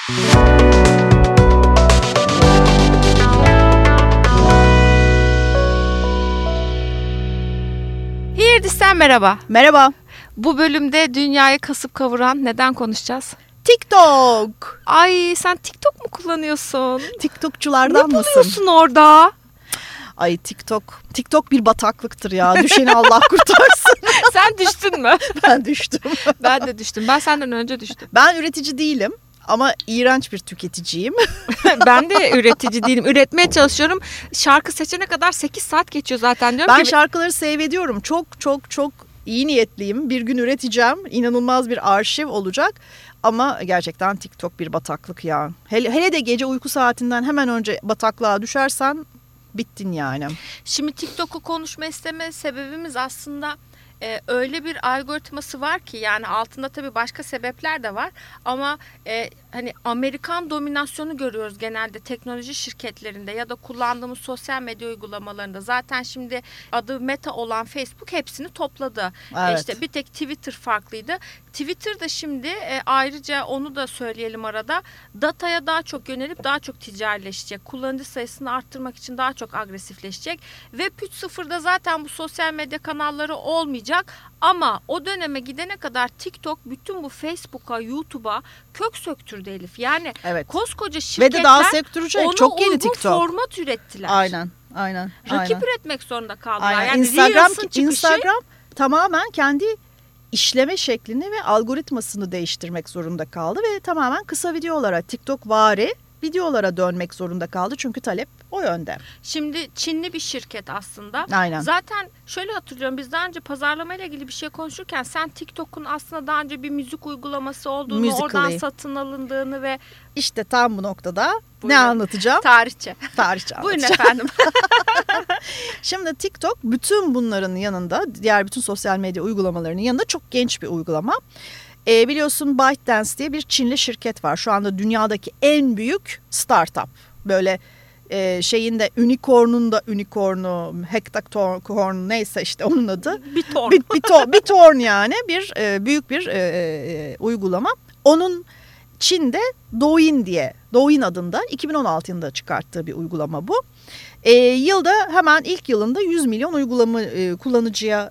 Hirdis'ten merhaba. Merhaba. Bu bölümde dünyayı kasıp kavuran neden konuşacağız? TikTok. Ay sen TikTok mu kullanıyorsun? TikTokçulardan ne mısın? Ne buluyorsun orada? Ay TikTok bir bataklıktır ya. Düşeni Allah kurtarsın. Sen düştün mü? Ben düştüm. Ben de düştüm. Ben senden önce düştüm. Ben üretici değilim ama iğrenç bir tüketiciyim. Ben de üretici değilim. Üretmeye çalışıyorum. Şarkı seçene kadar 8 saat geçiyor zaten diyorum Ben ki... şarkıları save ediyorum. Çok iyi niyetliyim. Bir gün üreteceğim. İnanılmaz bir arşiv olacak. Ama gerçekten TikTok bir bataklık ya. Hele de gece uyku saatinden hemen önce bataklığa düşersen bittin yani. Şimdi TikTok'u konuşma isteme sebebimiz aslında öyle bir algoritması var ki, yani altında tabii başka sebepler de var ama hani Amerikan dominasyonu görüyoruz genelde teknoloji şirketlerinde ya da kullandığımız sosyal medya uygulamalarında. Zaten şimdi adı Meta olan Facebook hepsini topladı. Evet. İşte bir tek Twitter farklıydı. Twitter da şimdi ayrıca onu da söyleyelim arada, dataya daha çok yönelip daha çok ticarileşecek. Kullanıcı sayısını arttırmak için daha çok agresifleşecek. Web 3.0'da zaten bu sosyal medya kanalları olmayacak. Ama o döneme gidene kadar TikTok bütün bu Facebook'a, YouTube'a kök söktürdü Elif. Yani evet. koskoca şirketler ve de daha söktürecek. ona çok yeni uygun TikTok. format ürettiler. Aynen. Rakip üretmek zorunda kaldılar. Aynen. Yani Instagram tamamen kendi işleme şeklini ve algoritmasını değiştirmek zorunda kaldı ve tamamen kısa videolara, TikTok vari videolara dönmek zorunda kaldı. Çünkü talep o yönde. Şimdi Çinli bir şirket aslında. Aynen. Zaten şöyle hatırlıyorum, biz daha önce pazarlama ile ilgili bir şey konuşurken sen TikTok'un aslında daha önce bir müzik uygulaması olduğunu, Musical.ly. oradan satın alındığını ve... İşte tam bu noktada Buyurun. ne anlatacağım? Tarihçe. Anlatacağım. Buyurun efendim. Şimdi TikTok bütün bunların yanında, diğer bütün sosyal medya uygulamalarının yanında çok genç bir uygulama. Biliyorsun ByteDance diye bir Çinli şirket var. Şu anda dünyadaki en büyük startup. Böyle şeyinde unicornu, hektakorn neyse işte onun adı. Bir torn yani büyük bir uygulama. Onun Çin'de Douyin adında 2016 yılında çıkarttığı bir uygulama bu. Yılda hemen ilk yılında 100 milyon kullanıcıya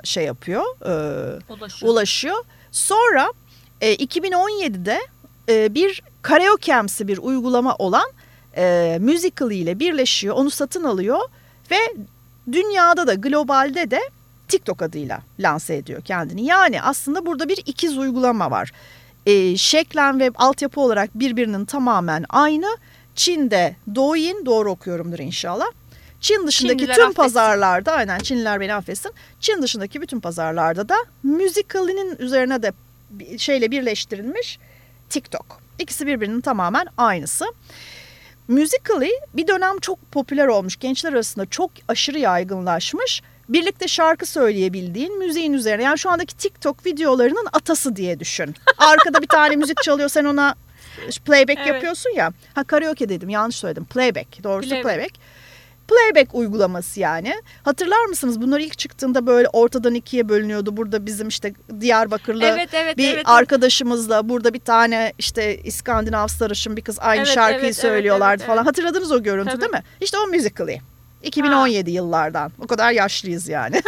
ulaşıyor. Sonra 2017'de bir karaoke'msi bir uygulama olan Musical.ly ile birleşiyor. Onu satın alıyor ve dünyada da globalde de TikTok adıyla lanse ediyor kendini. Yani aslında burada bir ikiz uygulama var. Şeklen ve altyapı olarak birbirinin tamamen aynı. Çin'de Douyin, doğru okuyorumdur inşallah. Çin dışındaki Çinliler tüm affetsin. pazarlarda, aynen Çinliler beni affetsin. Çin dışındaki bütün pazarlarda da Musical.ly'nin üzerine de birleştirilmiş TikTok. İkisi birbirinin tamamen aynısı. Musical.ly bir dönem çok popüler olmuş. Gençler arasında çok aşırı yaygınlaşmış. Birlikte şarkı söyleyebildiğin müziğin üzerine. Yani şu andaki TikTok videolarının atası diye düşün. Arkada bir tane müzik çalıyor, sen ona playback Evet. yapıyorsun ya. Karaoke dedim, yanlış söyledim. Playback, doğrusu playback. Playback uygulaması yani. Hatırlar mısınız? Bunlar ilk çıktığında böyle ortadan ikiye bölünüyordu. Burada bizim işte Diyarbakırlı bir arkadaşımızla, burada bir tane işte İskandinav sarışın bir kız aynı şarkıyı söylüyorlardı falan. Hatırladınız o görüntü Tabii. değil mi? İşte o Musical.ly. 2017 yıllardan. O kadar yaşlıyız yani.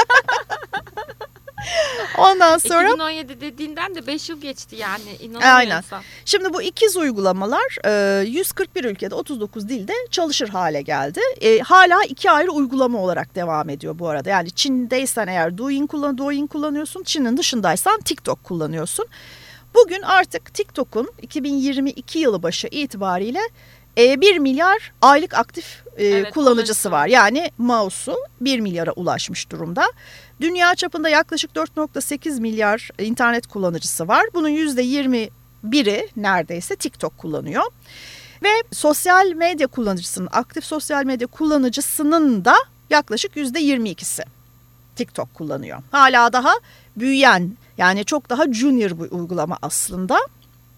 Ondan sonra 2017 dediğinden de 5 yıl geçti yani, aynen. inanamıyorsam. Şimdi bu ikiz uygulamalar 141 ülkede 39 dilde çalışır hale geldi. Hala iki ayrı uygulama olarak devam ediyor bu arada. Yani Çin'deysen eğer Douyin kullanıyorsun. Çin'in dışındaysan TikTok kullanıyorsun. Bugün artık TikTok'un 2022 yılı başı itibariyle 1 milyar aylık aktif kullanıcısı var. Yani mouse'u 1 milyara ulaşmış durumda. Dünya çapında yaklaşık 4.8 milyar internet kullanıcısı var. Bunun %21'i neredeyse TikTok kullanıyor. Ve sosyal medya kullanıcısının, aktif sosyal medya kullanıcısının da yaklaşık %22'si TikTok kullanıyor. Hala daha büyüyen, yani çok daha junior bir uygulama aslında.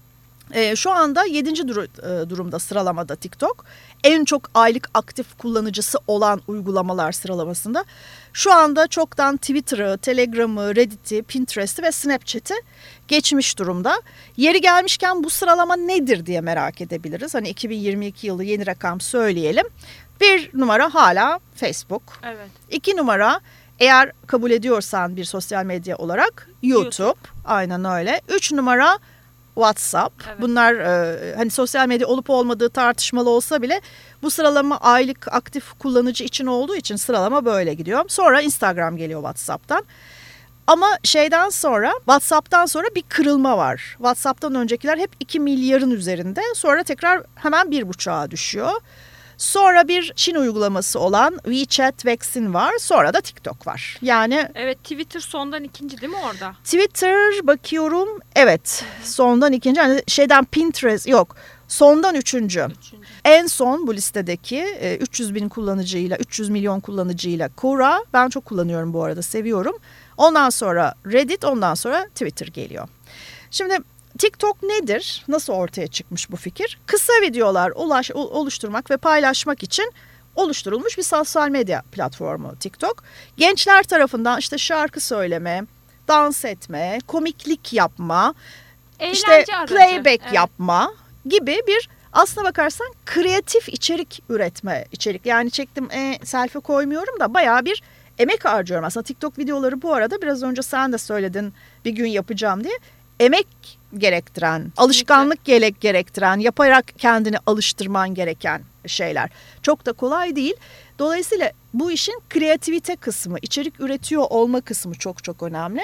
Şu anda 7. durumda sıralamada TikTok. En çok aylık aktif kullanıcısı olan uygulamalar sıralamasında. Şu anda çoktan Twitter'ı, Telegram'ı, Reddit'i, Pinterest'i ve Snapchat'i geçmiş durumda. Yeri gelmişken bu sıralama nedir diye merak edebiliriz. Hani 2022 yılı yeni rakam söyleyelim. 1 numara hala Facebook. Evet. 2 numara eğer kabul ediyorsan bir sosyal medya olarak YouTube. Aynen öyle. 3 numara WhatsApp. Evet. Bunlar hani sosyal medya olup olmadığı tartışmalı olsa bile bu sıralama aylık aktif kullanıcı için olduğu için sıralama böyle gidiyor. Sonra Instagram geliyor WhatsApp'tan. Ama WhatsApp'tan sonra bir kırılma var. WhatsApp'tan öncekiler hep 2 milyarın üzerinde. Sonra tekrar hemen 1,5'a düşüyor. Sonra bir Çin uygulaması olan WeChat Vaccine var. Sonra da TikTok var. Yani evet, Twitter sondan ikinci değil mi orada? Twitter bakıyorum. Evet, sondan ikinci. Yani Pinterest yok. Sondan üçüncü. En son bu listedeki 300 bin kullanıcıyla, 300 milyon kullanıcıyla Quora. Ben çok kullanıyorum bu arada, seviyorum. Ondan sonra Reddit, ondan sonra Twitter geliyor. Şimdi TikTok nedir? Nasıl ortaya çıkmış bu fikir? Kısa videolar oluşturmak ve paylaşmak için oluşturulmuş bir sosyal medya platformu TikTok. Gençler tarafından işte şarkı söyleme, dans etme, komiklik yapma, eğlence aracı, playback evet, yapma gibi bir, aslına bakarsan kreatif içerik üretme içerik. Yani çektim selfie koymuyorum da bayağı bir emek harcıyorum. Aslında TikTok videoları bu arada biraz önce sen de söyledin bir gün yapacağım diye. Emek gerektiren, alışkanlık gerektiren, yaparak kendini alıştırman gereken şeyler. Çok da kolay değil. Dolayısıyla bu işin kreativite kısmı, içerik üretiyor olma kısmı çok çok önemli.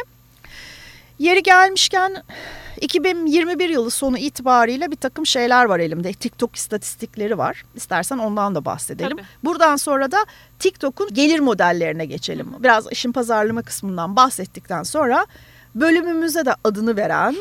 Yeri gelmişken 2021 yılı sonu itibariyle bir takım şeyler var elimde. TikTok istatistikleri var. İstersen ondan da bahsedelim. Tabii. Buradan sonra da TikTok'un gelir modellerine geçelim. Biraz işin pazarlama kısmından bahsettikten sonra bölümümüze de adını veren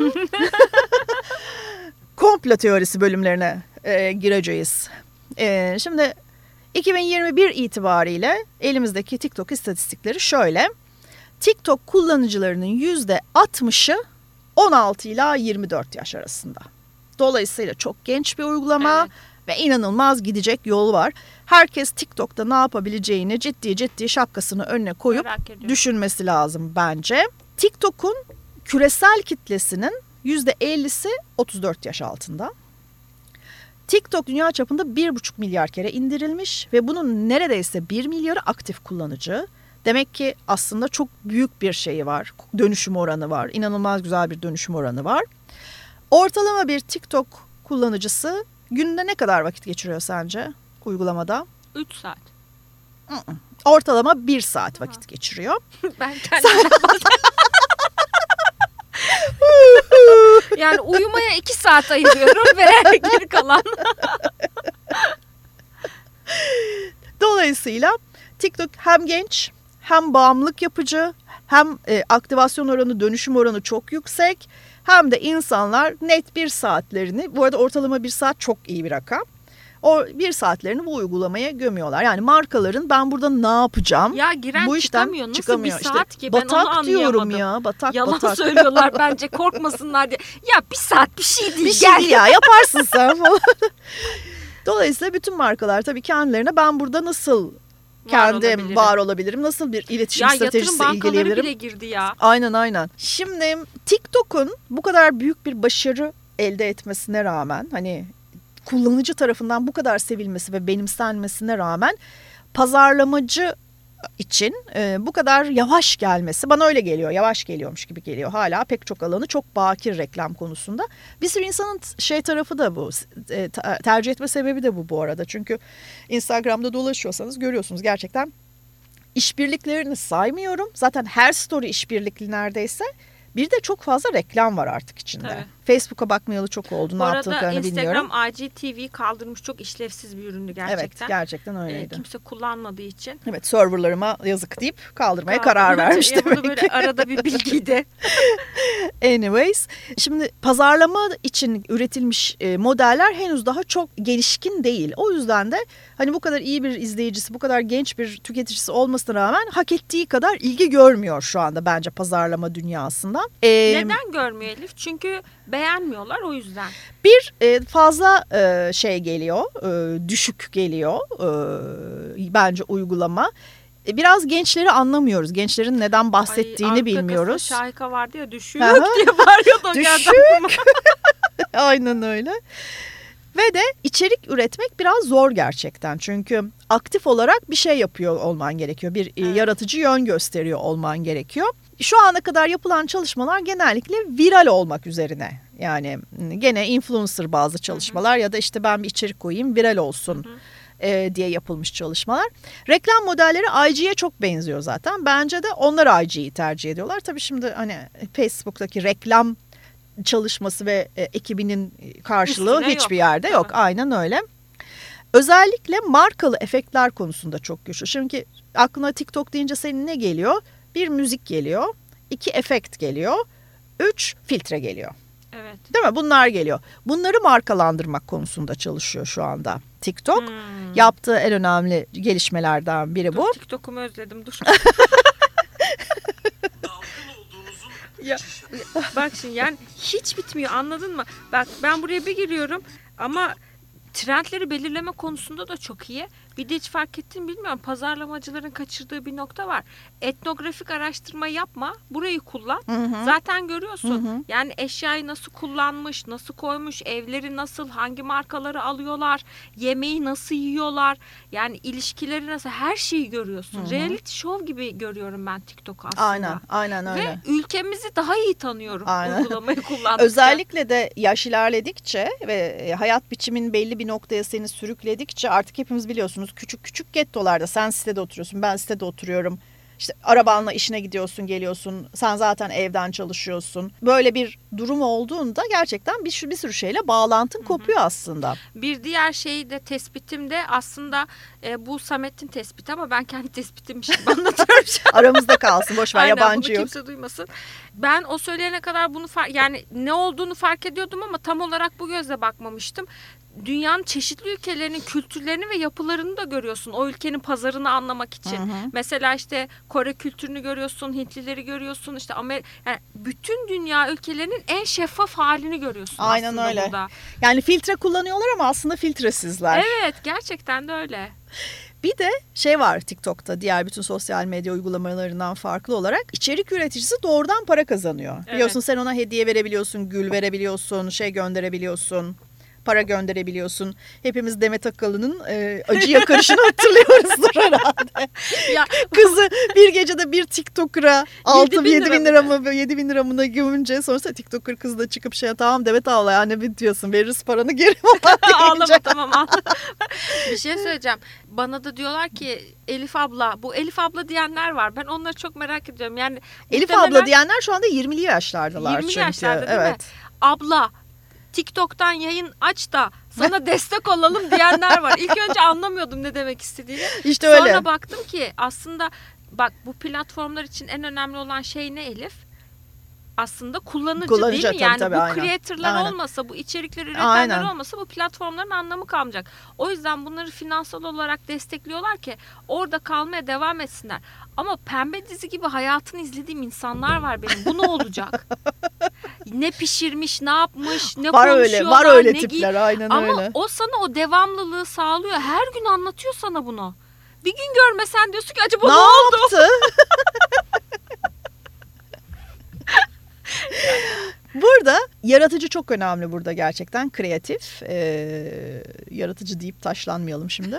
komplo teorisi bölümlerine gireceğiz. Şimdi 2021 itibariyle elimizdeki TikTok istatistikleri şöyle. TikTok kullanıcılarının %60'ı 16 ila 24 yaş arasında. Dolayısıyla çok genç bir uygulama ve inanılmaz gidecek yol var. Herkes TikTok'ta ne yapabileceğini ciddi şapkasını önüne koyup düşünmesi lazım bence. TikTok'un küresel kitlesinin %50'si 34 yaş altında. TikTok dünya çapında 1,5 milyar kere indirilmiş ve bunun neredeyse 1 milyarı aktif kullanıcı. Demek ki aslında çok büyük bir şeyi var. Dönüşüm oranı var. İnanılmaz güzel bir dönüşüm oranı var. Ortalama bir TikTok kullanıcısı günde ne kadar vakit geçiriyor sence uygulamada? 3 saat. Ortalama 1 saat vakit geçiriyor. Ben kendimden yani uyumaya 2 saat ayırıyorum ve geri kalan. Dolayısıyla TikTok hem genç, hem bağımlılık yapıcı, hem aktivasyon oranı, dönüşüm oranı çok yüksek. Hem de insanlar net 1 saatlerini, bu arada ortalama 1 saat çok iyi bir rakam. O 1 saatlerini bu uygulamaya gömüyorlar. Yani markaların ben burada ne yapacağım? Ya giren bu çıkamıyor. Nasıl 1 saat işte, ki? Ben onu batak diyorum anlayamadım. ya. Batak. Yalan söylüyorlar bence, korkmasınlar diye. Ya 1 saat bir şey değil. Bir şey Gel ya, yaparsın sen falan. Dolayısıyla bütün markalar tabii kendilerine ben burada nasıl kendim var olabilirim? Nasıl bir iletişim stratejisi ilgileyebilirim? Ya yatırım bankaları bile girdi ya. Aynen. Şimdi TikTok'un bu kadar büyük bir başarı elde etmesine rağmen, hani kullanıcı tarafından bu kadar sevilmesi ve benimsenmesine rağmen pazarlamacı için bu kadar yavaş gelmesi bana öyle geliyor. Yavaş geliyormuş gibi geliyor. Hala pek çok alanı çok bakir reklam konusunda. Bir sürü insanın tarafı da bu. Tercih etme sebebi de bu arada. Çünkü Instagram'da dolaşıyorsanız görüyorsunuz gerçekten işbirliklerini saymıyorum. Zaten her story işbirlikli neredeyse. Bir de çok fazla reklam var artık içinde. Tabii. Facebook'a bakmayalı çok oldu. Ne yaptıklarını bilmiyorum. Bu arada Instagram IGTV kaldırmış, çok işlevsiz bir üründü gerçekten. Evet, gerçekten öyleydi. Kimse kullanmadığı için. Evet, serverlarıma yazık deyip kaldırmaya karar vermiş demek ki. Böyle arada bir bilgiydi. Anyways, şimdi pazarlama için üretilmiş modeller henüz daha çok gelişkin değil. O yüzden de hani bu kadar iyi bir izleyicisi, bu kadar genç bir tüketicisi olmasına rağmen hak ettiği kadar ilgi görmüyor şu anda bence pazarlama dünyasında. falan. Neden görmüyor Elif? Çünkü beğenmiyorlar, o yüzden. Bir fazla şey geliyor, düşük geliyor bence uygulama. Biraz gençleri anlamıyoruz. Gençlerin neden bahsettiğini bilmiyoruz. Arkasında şahika vardı ya, düşük diye bağırıyordu. Düşük. Aynen öyle. Ve de içerik üretmek biraz zor gerçekten. Çünkü aktif olarak bir şey yapıyor olman gerekiyor. Bir yaratıcı yön gösteriyor olman gerekiyor. Şu ana kadar yapılan çalışmalar genellikle viral olmak üzerine. Yani gene influencer bazı çalışmalar ya da işte ben bir içerik koyayım viral olsun diye yapılmış çalışmalar. Reklam modelleri IG'ye çok benziyor zaten. Bence de onlar IG'yi tercih ediyorlar. Tabii şimdi hani Facebook'taki reklam çalışması ve ekibinin karşılığı üstüne hiçbir yok. yerde yok. Aynen öyle. Özellikle markalı efektler konusunda çok güçlü. Çünkü aklına TikTok deyince senin ne geliyor? Bir müzik geliyor, 2 efekt geliyor, 3 filtre geliyor. Evet. Değil mi? Bunlar geliyor. Bunları markalandırmak konusunda çalışıyor şu anda TikTok. Yaptığı en önemli gelişmelerden biri bu. TikTok'umu özledim. Dur. Ya, Bak şimdi yani hiç bitmiyor, anladın mı? Bak ben buraya bir giriyorum ama trendleri belirleme konusunda da çok iyi. Bir de hiç fark ettin bilmiyorum, pazarlamacıların kaçırdığı bir nokta var. Etnografik araştırma yapma, burayı kullan. Zaten görüyorsun. Yani eşyayı nasıl kullanmış, nasıl koymuş, evleri nasıl, hangi markaları alıyorlar, yemeği nasıl yiyorlar, yani ilişkileri nasıl, her şeyi görüyorsun. Reality show gibi görüyorum ben TikTok'u aslında. Aynen öyle. Ve ülkemizi daha iyi tanıyorum uygulamayı kullandıkça. Özellikle de yaş ilerledikçe ve hayat biçimin belli bir noktaya seni sürükledikçe artık hepimiz biliyorsunuz küçük küçük gettolarda, sen sitede oturuyorsun, ben sitede oturuyorum. İşte arabanla işine gidiyorsun, geliyorsun. Sen zaten evden çalışıyorsun. Böyle bir durum olduğunda gerçekten bir sürü şeyle bağlantın kopuyor aslında. Bir diğer şey de, tespitim de aslında bu Samet'in tespiti ama ben kendi tespitimi şimdi anlatıyorum. Aramızda kalsın, boş ver, Aynen, yabancı bunu yok. kimse duymasın. Ben o söyleyene kadar bunu yani ne olduğunu fark ediyordum ama tam olarak bu gözle bakmamıştım. Dünyanın çeşitli ülkelerinin kültürlerini ve yapılarını da görüyorsun. O ülkenin pazarını anlamak için. Mesela işte Kore kültürünü görüyorsun, Hintlileri görüyorsun. İşte yani bütün dünya ülkelerinin en şeffaf halini görüyorsun. Aynen aslında öyle. burada. Yani filtre kullanıyorlar ama aslında filtresizler. Evet, gerçekten de öyle. Bir de şey var TikTok'ta, diğer bütün sosyal medya uygulamalarından farklı olarak içerik üreticisi doğrudan para kazanıyor. Evet. Biliyorsun, sen ona hediye verebiliyorsun, gül verebiliyorsun, şey gönderebiliyorsun, para gönderebiliyorsun. Hepimiz Demet Akalın'ın acı yakarışını hatırlıyoruzdur herhalde. Ya, Kızı bir gecede bir TikToker'a 7.000 lira mı gömünce, sonrasında TikToker kız da çıkıp tamam Demet abla yani ne diyorsun, veririz paranı geri falan ağlama deyince. tamam ağlama. Bir şey söyleyeceğim. Bana da diyorlar ki Elif abla, bu Elif abla diyenler var. Ben onları çok merak ediyorum. Yani Elif muhtemelen abla diyenler şu anda 20'li yaşlardalar 20 çünkü. yaşlarda değil mi? Evet. Abla TikTok'tan yayın aç da sana destek olalım diyenler var. İlk önce anlamıyordum ne demek istediğini. İşte Sonra öyle. baktım ki aslında bak, bu platformlar için en önemli olan şey ne Elif? Aslında kullanıcı değil mi? Yani tabii, bu aynen. creator'lar Aynen. olmasa, bu içerikleri üretenler Aynen. olmasa bu platformların anlamı kalmayacak. O yüzden bunları finansal olarak destekliyorlar ki orada kalmaya devam etsinler. Ama pembe dizi gibi hayatını izlediğim insanlar var benim. Bu ne olacak? Ne pişirmiş, ne yapmış, ne konuşuyorlar, Var öyle ne tipler, aynen ama öyle. o sana o devamlılığı sağlıyor. Her gün anlatıyor sana bunu. Bir gün görmesen diyorsun ki acaba ne oldu? yaptı? Burada yaratıcı çok önemli, burada gerçekten kreatif. Yaratıcı deyip taşlanmayalım şimdi.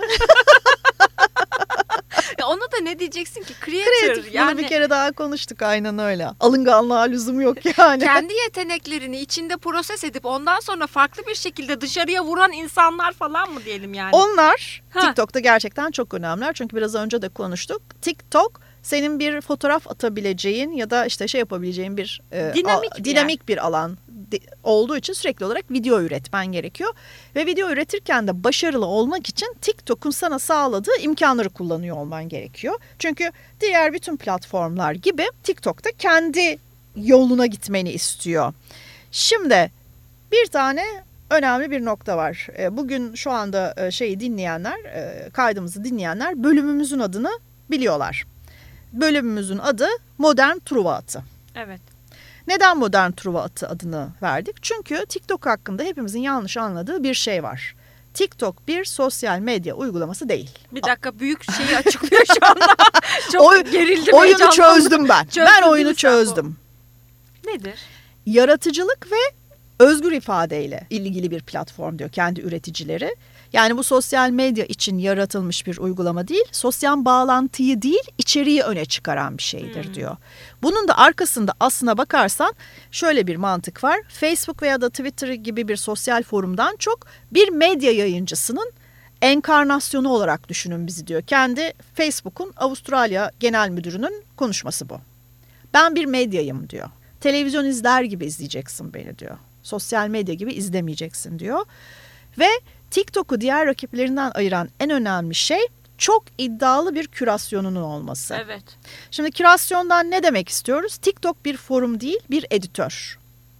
Ya ona da ne diyeceksin ki? Creator. Yani bunu bir kere daha konuştuk, aynen öyle. Alınganlığa lüzum yok yani. Kendi yeteneklerini içinde proses edip ondan sonra farklı bir şekilde dışarıya vuran insanlar falan mı diyelim yani? Onlar TikTok'ta gerçekten çok önemliler. Çünkü biraz önce de konuştuk. TikTok senin bir fotoğraf atabileceğin ya da işte şey yapabileceğin bir dinamik bir alan olduğu için sürekli olarak video üretmen gerekiyor. Ve video üretirken de başarılı olmak için TikTok'un sana sağladığı imkanları kullanıyor olman gerekiyor. Çünkü diğer bütün platformlar gibi TikTok'ta kendi yoluna gitmeni istiyor. Şimdi bir tane önemli bir nokta var. Bugün şu anda dinleyenler, kaydımızı dinleyenler bölümümüzün adını biliyorlar. Bölümümüzün adı Modern Truva Atı. Evet. Neden modern Truva atı adını verdik? Çünkü TikTok hakkında hepimizin yanlış anladığı bir şey var. TikTok bir sosyal medya uygulaması değil. Bir dakika, büyük şeyi açıklıyor şu anda. Çok gerildim. Oyunu çözdüm ben. Ben oyunu çözdüm. Nedir? Yaratıcılık ve özgür ifadeyle ilgili bir platform diyor kendi üreticileri. Yani bu sosyal medya için yaratılmış bir uygulama değil, sosyal bağlantıyı değil, içeriği öne çıkaran bir şeydir diyor. Bunun da arkasında aslına bakarsan şöyle bir mantık var. Facebook veya da Twitter gibi bir sosyal forumdan çok bir medya yayıncısının enkarnasyonu olarak düşünün bizi diyor. Kendi Facebook'un Avustralya Genel Müdürü'nün konuşması bu. Ben bir medyayım diyor. Televizyon izler gibi izleyeceksin beni diyor. Sosyal medya gibi izlemeyeceksin diyor. Ve TikTok'u diğer rakiplerinden ayıran en önemli şey çok iddialı bir kürasyonunun olması. Evet. Şimdi kürasyondan ne demek istiyoruz? TikTok bir forum değil, bir editör.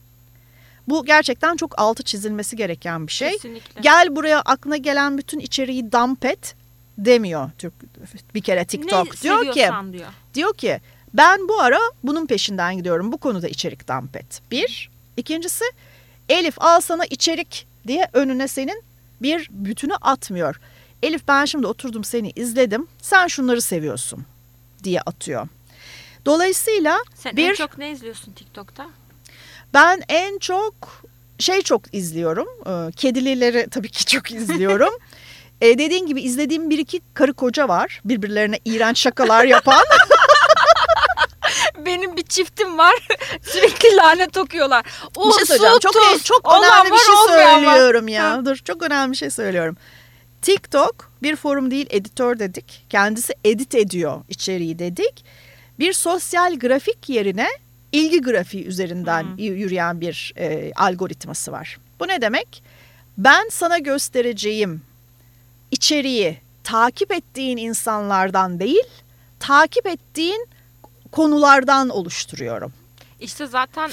Bu gerçekten çok altı çizilmesi gereken bir şey. Kesinlikle. Gel buraya aklına gelen bütün içeriği dump et demiyor bir kere TikTok. Ne diyor ki ben bu ara bunun peşinden gidiyorum. Bu konuda içerik dump et. Bir. İkincisi Elif al sana içerik diye önüne senin bir bütünü atmıyor. Elif ben şimdi oturdum seni izledim. Sen şunları seviyorsun diye atıyor. Dolayısıyla sen en çok ne izliyorsun TikTok'ta? Ben en çok çok izliyorum. Kedilileri tabii ki çok izliyorum. Dediğin gibi izlediğim bir iki karı koca var. Birbirlerine iğrenç şakalar yapan. Benim bir çiftim var. Sürekli lanet okuyorlar. Bir şey söyleyeceğim. Çok önemli bir şey söylüyorum ya. Dur, çok önemli bir şey söylüyorum. TikTok bir forum değil, editör dedik. Kendisi edit ediyor içeriği dedik. Bir sosyal grafik yerine ilgi grafiği üzerinden yürüyen bir algoritması var. Bu ne demek? Ben sana göstereceğim içeriği takip ettiğin insanlardan değil, takip ettiğin konulardan oluşturuyorum. İşte zaten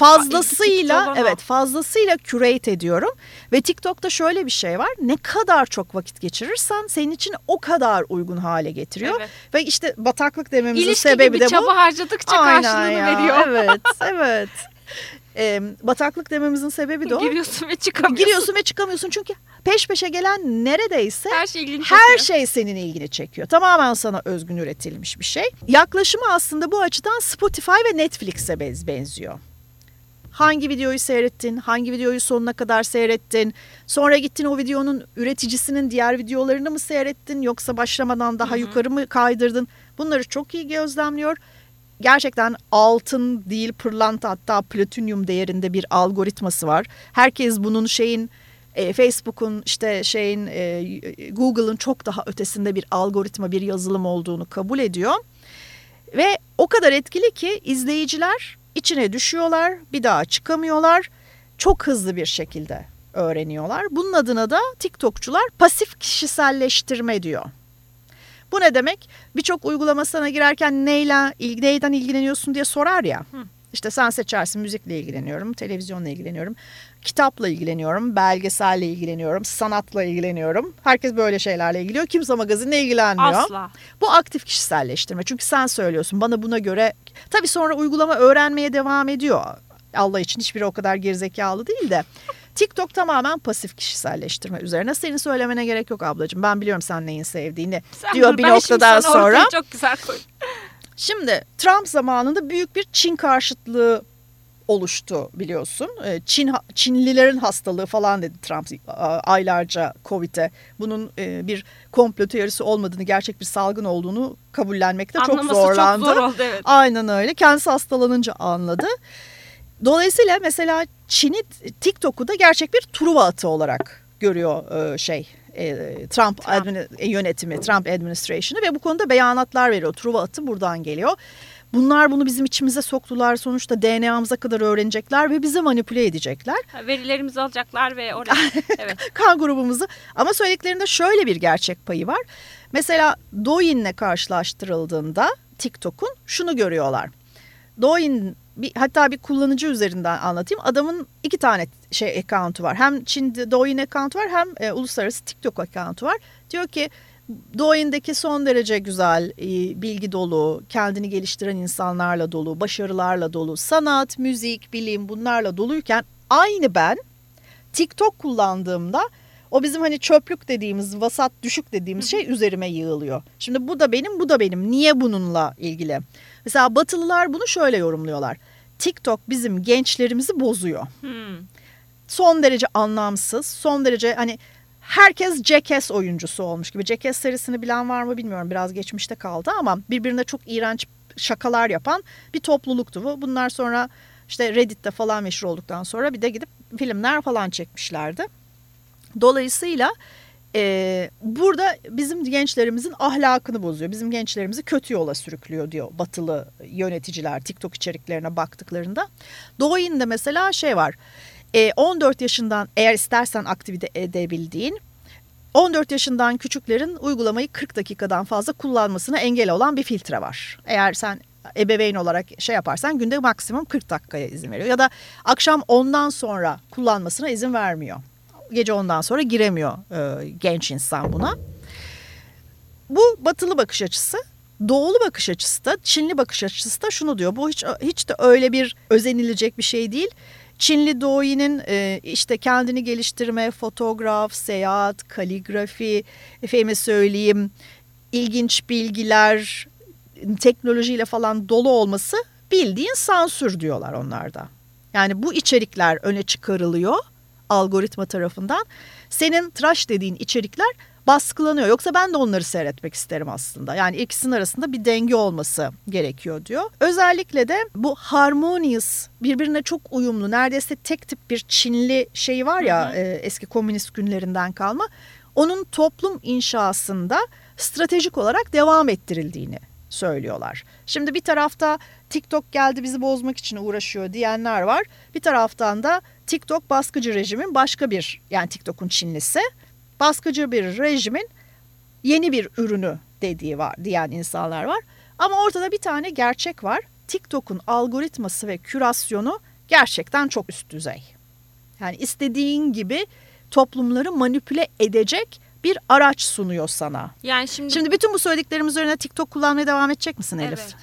fazlasıyla curate ediyorum ve TikTok'ta şöyle bir şey var. Ne kadar çok vakit geçirirsen senin için o kadar uygun hale getiriyor. Evet. Ve işte bataklık dememizin sebebi de bu. İlişki gibi çaba harcadıkça karşılığını veriyor. Evet. Bataklık dememizin sebebi de o. Giriyorsun ve çıkamıyorsun. Çünkü peş peşe gelen neredeyse her şey senin ilgini çekiyor. Tamamen sana özgün üretilmiş bir şey. Yaklaşımı aslında bu açıdan Spotify ve Netflix'e benziyor. Hangi videoyu seyrettin, hangi videoyu sonuna kadar seyrettin, sonra gittin o videonun üreticisinin diğer videolarını mı seyrettin yoksa başlamadan daha yukarı mı kaydırdın? Bunları çok iyi gözlemliyor. Gerçekten altın değil, pırlanta, hatta platinyum değerinde bir algoritması var. Herkes bunun Facebook'un Google'ın çok daha ötesinde bir algoritma, bir yazılım olduğunu kabul ediyor. Ve o kadar etkili ki izleyiciler içine düşüyorlar, bir daha çıkamıyorlar. Çok hızlı bir şekilde öğreniyorlar. Bunun adına da TikTokçular pasif kişiselleştirme diyor. Bu ne demek? Birçok uygulama sana girerken neyden ilgileniyorsun diye sorar ya. İşte sen seçersin, müzikle ilgileniyorum, televizyonla ilgileniyorum, kitapla ilgileniyorum, belgeselle ilgileniyorum, sanatla ilgileniyorum. Herkes böyle şeylerle ilgiliyor. Kimse magazinle ilgilenmiyor. Asla. Bu aktif kişiselleştirme. Çünkü sen söylüyorsun bana buna göre. Tabii sonra uygulama öğrenmeye devam ediyor. Allah için hiçbiri o kadar gerizekalı değil de. TikTok tamamen pasif kişiselleştirme üzerine. Senin söylemene gerek yok ablacığım. Ben biliyorum sen neyin sevdiğini diyor bir noktadan sonra. Çok güzel koy. Şimdi Trump zamanında büyük bir Çin karşıtlığı oluştu biliyorsun. Çinlilerin hastalığı falan dedi Trump aylarca Covid'e. Bunun bir komplo teorisi olmadığını, gerçek bir salgın olduğunu kabullenmekte çok zorlandı. Çok zor oldu, evet. Aynen öyle. Kendisi hastalanınca anladı. Dolayısıyla mesela TikTok'u da gerçek bir Truva atı olarak görüyor Trump yönetimi, Trump administration'ı ve bu konuda beyanatlar veriyor. Truva atı buradan geliyor. Bunlar bunu bizim içimize soktular. Sonuçta DNA'mıza kadar öğrenecekler ve bizi manipüle edecekler. Verilerimizi alacaklar ve oraya kan grubumuzu. Ama söylediklerinde şöyle bir gerçek payı var. Mesela Douyin'le karşılaştırıldığında TikTok'un şunu görüyorlar. Douyin hatta bir kullanıcı üzerinden anlatayım. Adamın 2 tane account'u var. Hem Çin'de Douyin account'u var hem uluslararası TikTok account'u var. Diyor ki Douyin'deki son derece güzel, bilgi dolu, kendini geliştiren insanlarla dolu, başarılarla dolu, sanat, müzik, bilim bunlarla doluyken aynı ben TikTok kullandığımda o bizim hani çöplük dediğimiz, vasat düşük dediğimiz şey üzerime yığılıyor. Şimdi bu da benim, bu da benim. Niye bununla ilgili? Mesela Batılılar bunu şöyle yorumluyorlar. TikTok bizim gençlerimizi bozuyor. Son derece anlamsız, son derece hani herkes Jackass oyuncusu olmuş gibi. Jackass serisini bilen var mı bilmiyorum. Biraz geçmişte kaldı ama birbirine çok iğrenç şakalar yapan bir topluluktu bu. Bunlar sonra işte Reddit'te falan meşhur olduktan sonra bir de gidip filmler falan çekmişlerdi. Dolayısıyla burada bizim gençlerimizin ahlakını bozuyor. Bizim gençlerimizi kötü yola sürüklüyor diyor batılı yöneticiler TikTok içeriklerine baktıklarında. Douyin'de mesela şey var. 14 yaşından eğer istersen aktivite edebildiğin 14 yaşından küçüklerin uygulamayı 40 dakikadan fazla kullanmasına engel olan bir filtre var. Eğer sen ebeveyn olarak şey yaparsan günde maksimum 40 dakikaya izin veriyor. Ya da akşam 10'dan sonra kullanmasına izin vermiyor. Gece 10'dan sonra giremiyor genç insan buna. Bu batılı bakış açısı. Doğulu bakış açısı da, Çinli bakış açısı da şunu diyor. Bu hiç de öyle bir özenilecek bir şey değil. Çinli Douyi'nin işte kendini geliştirme, fotoğraf, seyahat, kaligrafi, efendime söyleyeyim, ilginç bilgiler, teknolojiyle falan dolu olması bildiğin sansür diyorlar onlarda. Yani bu içerikler öne çıkarılıyor algoritma tarafından. Senin trash dediğin içerikler baskılanıyor. Yoksa ben de onları seyretmek isterim aslında. Yani ikisinin arasında bir denge olması gerekiyor diyor. Özellikle de bu harmonious, birbirine çok uyumlu, neredeyse tek tip bir Çinli şey var ya, eski komünist günlerinden kalma. Onun toplum inşasında stratejik olarak devam ettirildiğini söylüyorlar. Şimdi bir tarafta TikTok geldi bizi bozmak için uğraşıyor diyenler var. Bir taraftan da TikTok baskıcı rejimin başka bir, yani TikTok'un Çinlisi, baskıcı bir rejimin yeni bir ürünü dediği var diyen insanlar var. Ama ortada bir tane gerçek var. TikTok'un algoritması ve kürasyonu gerçekten çok üst düzey. Yani istediğin gibi toplumları manipüle edecek bir araç sunuyor sana. Yani şimdi bütün bu söylediklerimiz üzerine TikTok kullanmaya devam edecek misin Elif? Evet.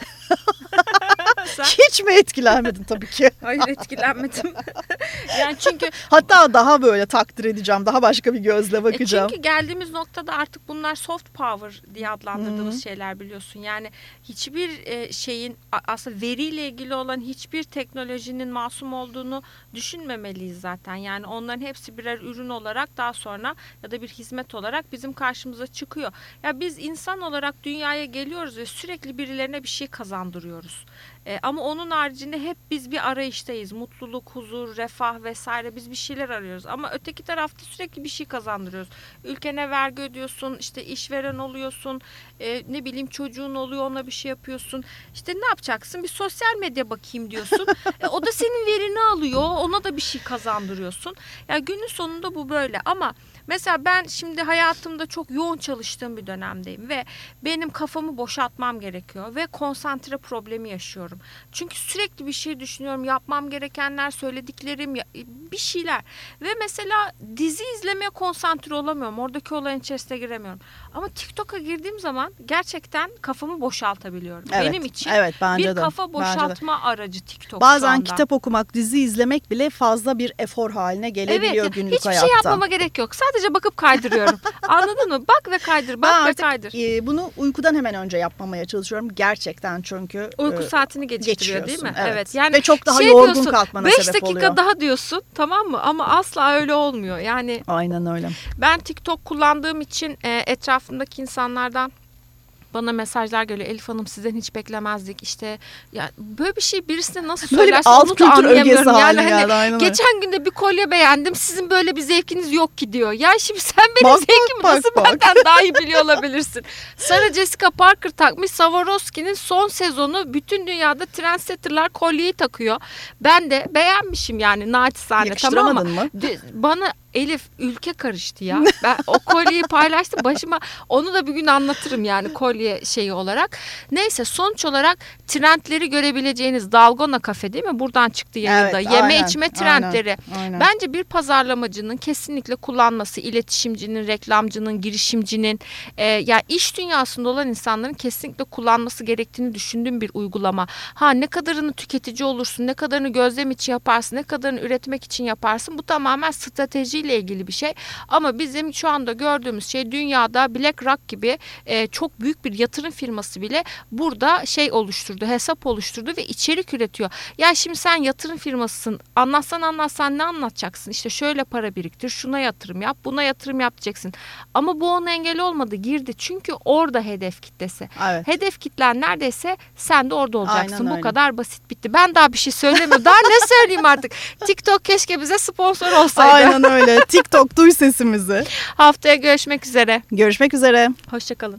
Hiç mi etkilenmedin tabii ki? Hayır, etkilenmedim. Yani çünkü hatta daha böyle takdir edeceğim, daha başka bir gözle bakacağım. Çünkü geldiğimiz noktada artık bunlar soft power diye adlandırdığımız şeyler biliyorsun. Yani hiçbir şeyin aslında veriyle ilgili olan hiçbir teknolojinin masum olduğunu düşünmemeliyiz zaten. Yani onların hepsi birer ürün olarak daha sonra ya da bir hizmet olarak bizim karşımıza çıkıyor. Ya biz insan olarak dünyaya geliyoruz ve sürekli birilerine bir şey kazandırıyoruz. Ama onun haricinde hep biz bir arayıştayız. Mutluluk, huzur, refah vesaire, biz bir şeyler arıyoruz. Ama öteki tarafta sürekli bir şey kazandırıyoruz. Ülkene vergi ödüyorsun, işte işveren oluyorsun, ne bileyim çocuğun oluyor, ona bir şey yapıyorsun. İşte ne yapacaksın? Bir sosyal medya bakayım diyorsun. O da senin verini alıyor, ona da bir şey kazandırıyorsun. Yani günün sonunda bu böyle. Ama mesela ben şimdi hayatımda çok yoğun çalıştığım bir dönemdeyim ve benim kafamı boşaltmam gerekiyor ve konsantre problemi yaşıyorum. Çünkü sürekli bir şey düşünüyorum, yapmam gerekenler, söylediklerim, bir şeyler. Ve mesela dizi izlemeye konsantre olamıyorum. Oradaki olayın içerisine giremiyorum. Ama TikTok'a girdiğim zaman gerçekten kafamı boşaltabiliyorum. Evet, Benim için bence bir kafa boşaltma aracı TikTok. Bazen kitap okumak, dizi izlemek bile fazla bir efor haline gelebiliyor günlük hayatta. Hiçbir şey yapmama gerek yok. Sadece bakıp kaydırıyorum. Anladın mı? Bak ve kaydır, bak ve kaydır. Bunu uykudan hemen önce yapmamaya çalışıyorum. Gerçekten çünkü uyku saatini geciktiriyor değil mi? Evet. Yani ve çok daha yorgun diyorsun, kalkmana 5 sebep oluyor. 5 dakika daha diyorsun, tamam mı? Ama asla öyle olmuyor. Yani aynen öyle. Ben TikTok kullandığım için etrafımdaki insanlardan bana mesajlar geliyor. Elif Hanım, sizden hiç beklemezdik. İşte ya böyle bir şey birisine nasıl söylersin onu da anlayamıyorum. Yani hani geçen günde bir kolye beğendim. Sizin böyle bir zevkiniz yok ki diyor. Ya şimdi sen benim zevkimi nasıl benden daha iyi biliyor olabilirsin? Sarah Jessica Parker takmış. Swarovski'nin son sezonu, bütün dünyada trendsetterlar kolyeyi takıyor. Ben de beğenmişim yani naçizane, tamam mı? Yakıştıramadın mı? Bana Elif ülke karıştı ya. Ben o kolyeyi paylaştım başıma, onu da bir gün anlatırım yani kolye şeyi olarak. Neyse, sonuç olarak trendleri görebileceğiniz Dalgona Kafe değil mi? Buradan çıktı yayında. Evet, Yeme aynen, içme trendleri. aynen. Bence bir pazarlamacının kesinlikle kullanması, iletişimcinin, reklamcının, girişimcinin, ya iş dünyasında olan insanların kesinlikle kullanması gerektiğini düşündüğüm bir uygulama. Ha, ne kadarını tüketici olursun, ne kadarını gözlem için yaparsın, ne kadarını üretmek için yaparsın. Bu tamamen stratejiyle ilgili bir şey. Ama bizim şu anda gördüğümüz şey, dünyada BlackRock gibi çok büyük bir yatırım firması bile burada şey oluşturdu, hesap oluşturdu ve içerik üretiyor. Ya şimdi sen yatırım firmasısın. Anlatsan ne anlatacaksın? İşte şöyle para biriktir, şuna yatırım yap, buna yatırım yap diyeceksin. Ama bu ona engel olmadı, girdi. Çünkü orada hedef kitlesi. Evet. Hedef kitlen neredeyse sen de orada olacaksın. Aynen Bu öyle. kadar basit, bitti. Ben daha bir şey söylemiyorum. Daha ne söyleyeyim artık? TikTok keşke bize sponsor olsaydı. Aynen öyle. TikTok duy sesimizi. Haftaya görüşmek üzere. Görüşmek üzere. Hoşça kalın.